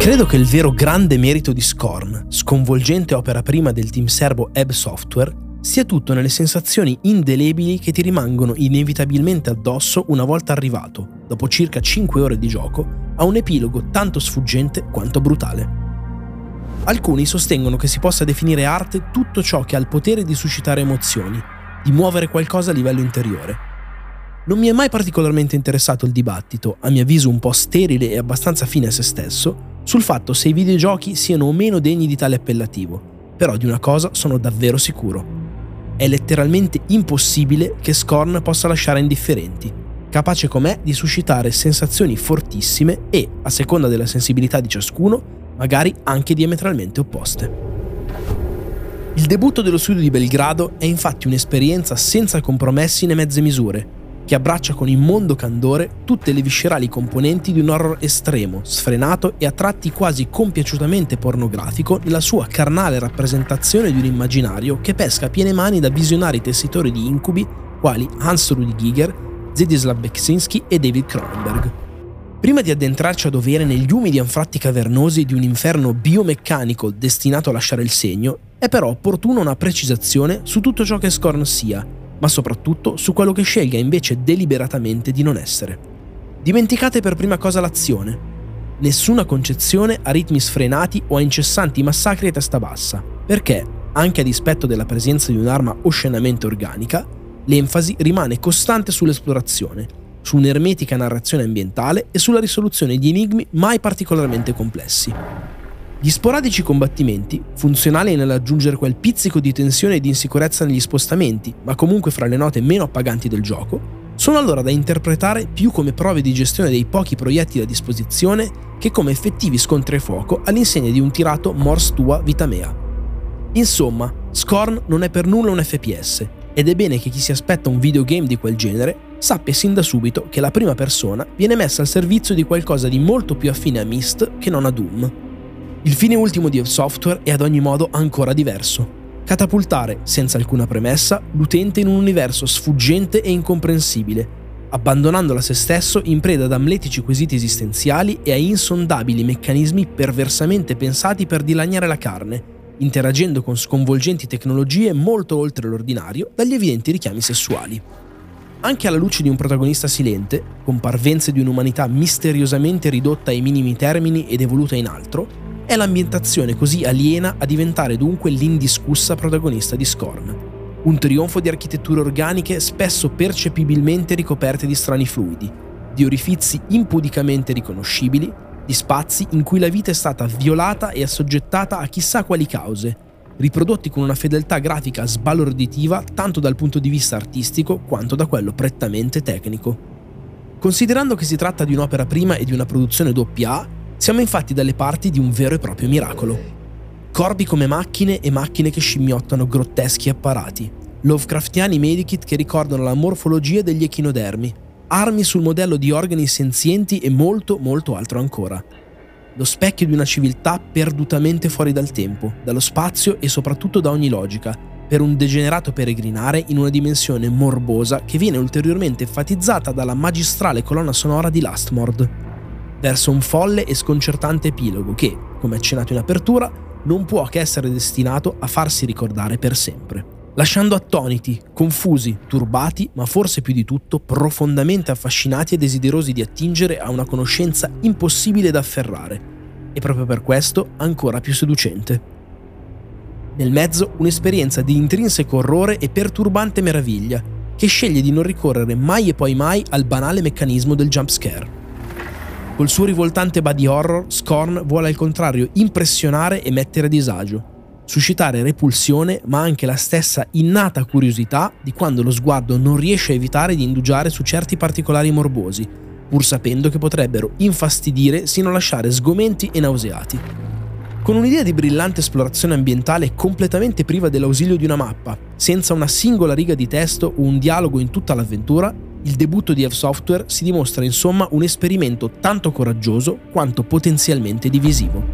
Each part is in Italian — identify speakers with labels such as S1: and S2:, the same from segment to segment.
S1: Credo che il vero grande merito di Scorn, sconvolgente opera prima del team serbo Ebb Software, sia tutto nelle sensazioni indelebili che ti rimangono inevitabilmente addosso una volta arrivato, dopo circa 5 ore di gioco, a un epilogo tanto sfuggente quanto brutale. Alcuni sostengono che si possa definire arte tutto ciò che ha il potere di suscitare emozioni, di muovere qualcosa a livello interiore. Non mi è mai particolarmente interessato il dibattito, a mio avviso un po' sterile e abbastanza fine a se stesso, sul fatto se i videogiochi siano o meno degni di tale appellativo, però di una cosa sono davvero sicuro. È letteralmente impossibile che Scorn possa lasciare indifferenti, capace com'è di suscitare sensazioni fortissime e, a seconda della sensibilità di ciascuno, magari anche diametralmente opposte. Il debutto dello studio di Belgrado è infatti un'esperienza senza compromessi né mezze misure, che abbraccia con immondo candore tutte le viscerali componenti di un horror estremo, sfrenato e a tratti quasi compiaciutamente pornografico nella sua carnale rappresentazione di un immaginario che pesca a piene mani da visionari tessitori di incubi quali Hans Rudi Giger, Zedislav Beksinski e David Cronenberg. Prima di addentrarci a dovere negli umidi anfratti cavernosi di un inferno biomeccanico destinato a lasciare il segno, è però opportuna una precisazione su tutto ciò che Scorn sia, ma soprattutto su quello che scelga invece deliberatamente di non essere. Dimenticate per prima cosa l'azione. Nessuna concezione a ritmi sfrenati o a incessanti massacri a testa bassa, perché, anche a dispetto della presenza di un'arma oscenamente organica, l'enfasi rimane costante sull'esplorazione, su un'ermetica narrazione ambientale e sulla risoluzione di enigmi mai particolarmente complessi. Gli sporadici combattimenti, funzionali nell'aggiungere quel pizzico di tensione e di insicurezza negli spostamenti, ma comunque fra le note meno appaganti del gioco, sono allora da interpretare più come prove di gestione dei pochi proiettili a disposizione che come effettivi scontri a fuoco all'insegna di un tirato mors tua vita mea. Insomma, Scorn non è per nulla un FPS, ed è bene che chi si aspetta un videogame di quel genere sappia sin da subito che la prima persona viene messa al servizio di qualcosa di molto più affine a Myst che non a Doom. Il fine ultimo di Ebb Software è ad ogni modo ancora diverso: catapultare, senza alcuna premessa, l'utente in un universo sfuggente e incomprensibile, abbandonandolo a se stesso in preda ad amletici quesiti esistenziali e a insondabili meccanismi perversamente pensati per dilaniare la carne, interagendo con sconvolgenti tecnologie molto oltre l'ordinario dagli evidenti richiami sessuali. Anche alla luce di un protagonista silente, con parvenze di un'umanità misteriosamente ridotta ai minimi termini ed evoluta in altro, è l'ambientazione così aliena a diventare dunque l'indiscussa protagonista di Scorn. Un trionfo di architetture organiche spesso percepibilmente ricoperte di strani fluidi, di orifizi impudicamente riconoscibili, di spazi in cui la vita è stata violata e assoggettata a chissà quali cause, riprodotti con una fedeltà grafica sbalorditiva tanto dal punto di vista artistico quanto da quello prettamente tecnico. Considerando che si tratta di un'opera prima e di una produzione AA, siamo infatti dalle parti di un vero e proprio miracolo. Corpi come macchine e macchine che scimmiottano grotteschi apparati, Lovecraftiani medikit che ricordano la morfologia degli echinodermi, armi sul modello di organi senzienti e molto molto altro ancora. Lo specchio di una civiltà perdutamente fuori dal tempo, dallo spazio e soprattutto da ogni logica, per un degenerato peregrinare in una dimensione morbosa che viene ulteriormente enfatizzata dalla magistrale colonna sonora di Lastmord, verso un folle e sconcertante epilogo che, come accennato in apertura, non può che essere destinato a farsi ricordare per sempre, lasciando attoniti, confusi, turbati, ma forse più di tutto profondamente affascinati e desiderosi di attingere a una conoscenza impossibile da afferrare, e proprio per questo ancora più seducente. Nel mezzo un'esperienza di intrinseco orrore e perturbante meraviglia, che sceglie di non ricorrere mai e poi mai al banale meccanismo del jumpscare. Col suo rivoltante body horror, Scorn vuole al contrario impressionare e mettere a disagio, suscitare repulsione ma anche la stessa innata curiosità di quando lo sguardo non riesce a evitare di indugiare su certi particolari morbosi, pur sapendo che potrebbero infastidire sino a lasciare sgomenti e nauseati. Con un'idea di brillante esplorazione ambientale completamente priva dell'ausilio di una mappa, senza una singola riga di testo o un dialogo in tutta l'avventura, il debutto di Ebb Software si dimostra insomma un esperimento tanto coraggioso quanto potenzialmente divisivo.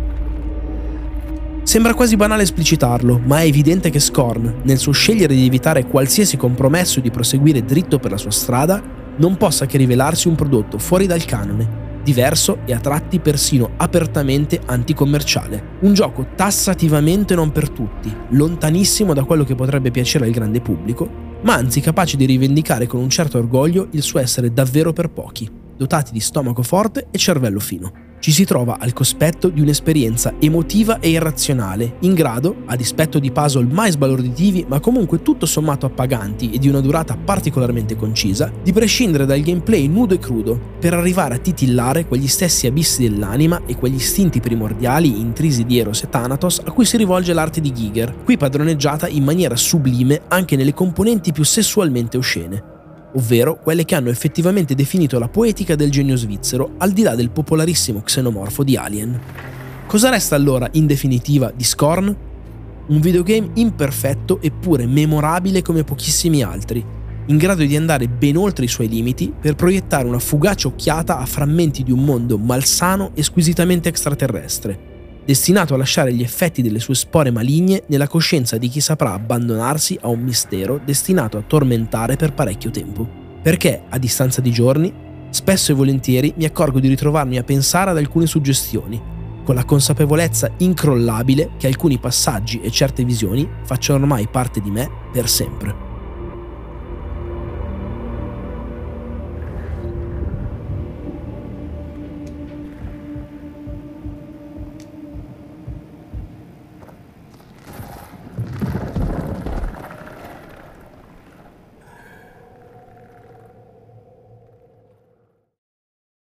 S1: Sembra quasi banale esplicitarlo, ma è evidente che Scorn, nel suo scegliere di evitare qualsiasi compromesso e di proseguire dritto per la sua strada, non possa che rivelarsi un prodotto fuori dal canone, diverso e a tratti persino apertamente anticommerciale. Un gioco tassativamente non per tutti, lontanissimo da quello che potrebbe piacere al grande pubblico, ma anzi capace di rivendicare con un certo orgoglio il suo essere davvero per pochi, dotati di stomaco forte e cervello fino. Ci si trova al cospetto di un'esperienza emotiva e irrazionale, in grado, a dispetto di puzzle mai sbalorditivi ma comunque tutto sommato appaganti e di una durata particolarmente concisa, di prescindere dal gameplay nudo e crudo, per arrivare a titillare quegli stessi abissi dell'anima e quegli istinti primordiali intrisi di Eros e Thanatos a cui si rivolge l'arte di Giger, qui padroneggiata in maniera sublime anche nelle componenti più sessualmente oscene, ovvero quelle che hanno effettivamente definito la poetica del genio svizzero al di là del popolarissimo xenomorfo di Alien. Cosa resta allora in definitiva di Scorn? Un videogame imperfetto eppure memorabile come pochissimi altri, in grado di andare ben oltre i suoi limiti per proiettare una fugace occhiata a frammenti di un mondo malsano e squisitamente extraterrestre, destinato a lasciare gli effetti delle sue spore maligne nella coscienza di chi saprà abbandonarsi a un mistero destinato a tormentare per parecchio tempo. Perché, a distanza di giorni, spesso e volentieri mi accorgo di ritrovarmi a pensare ad alcune suggestioni, con la consapevolezza incrollabile che alcuni passaggi e certe visioni facciano ormai parte di me per sempre.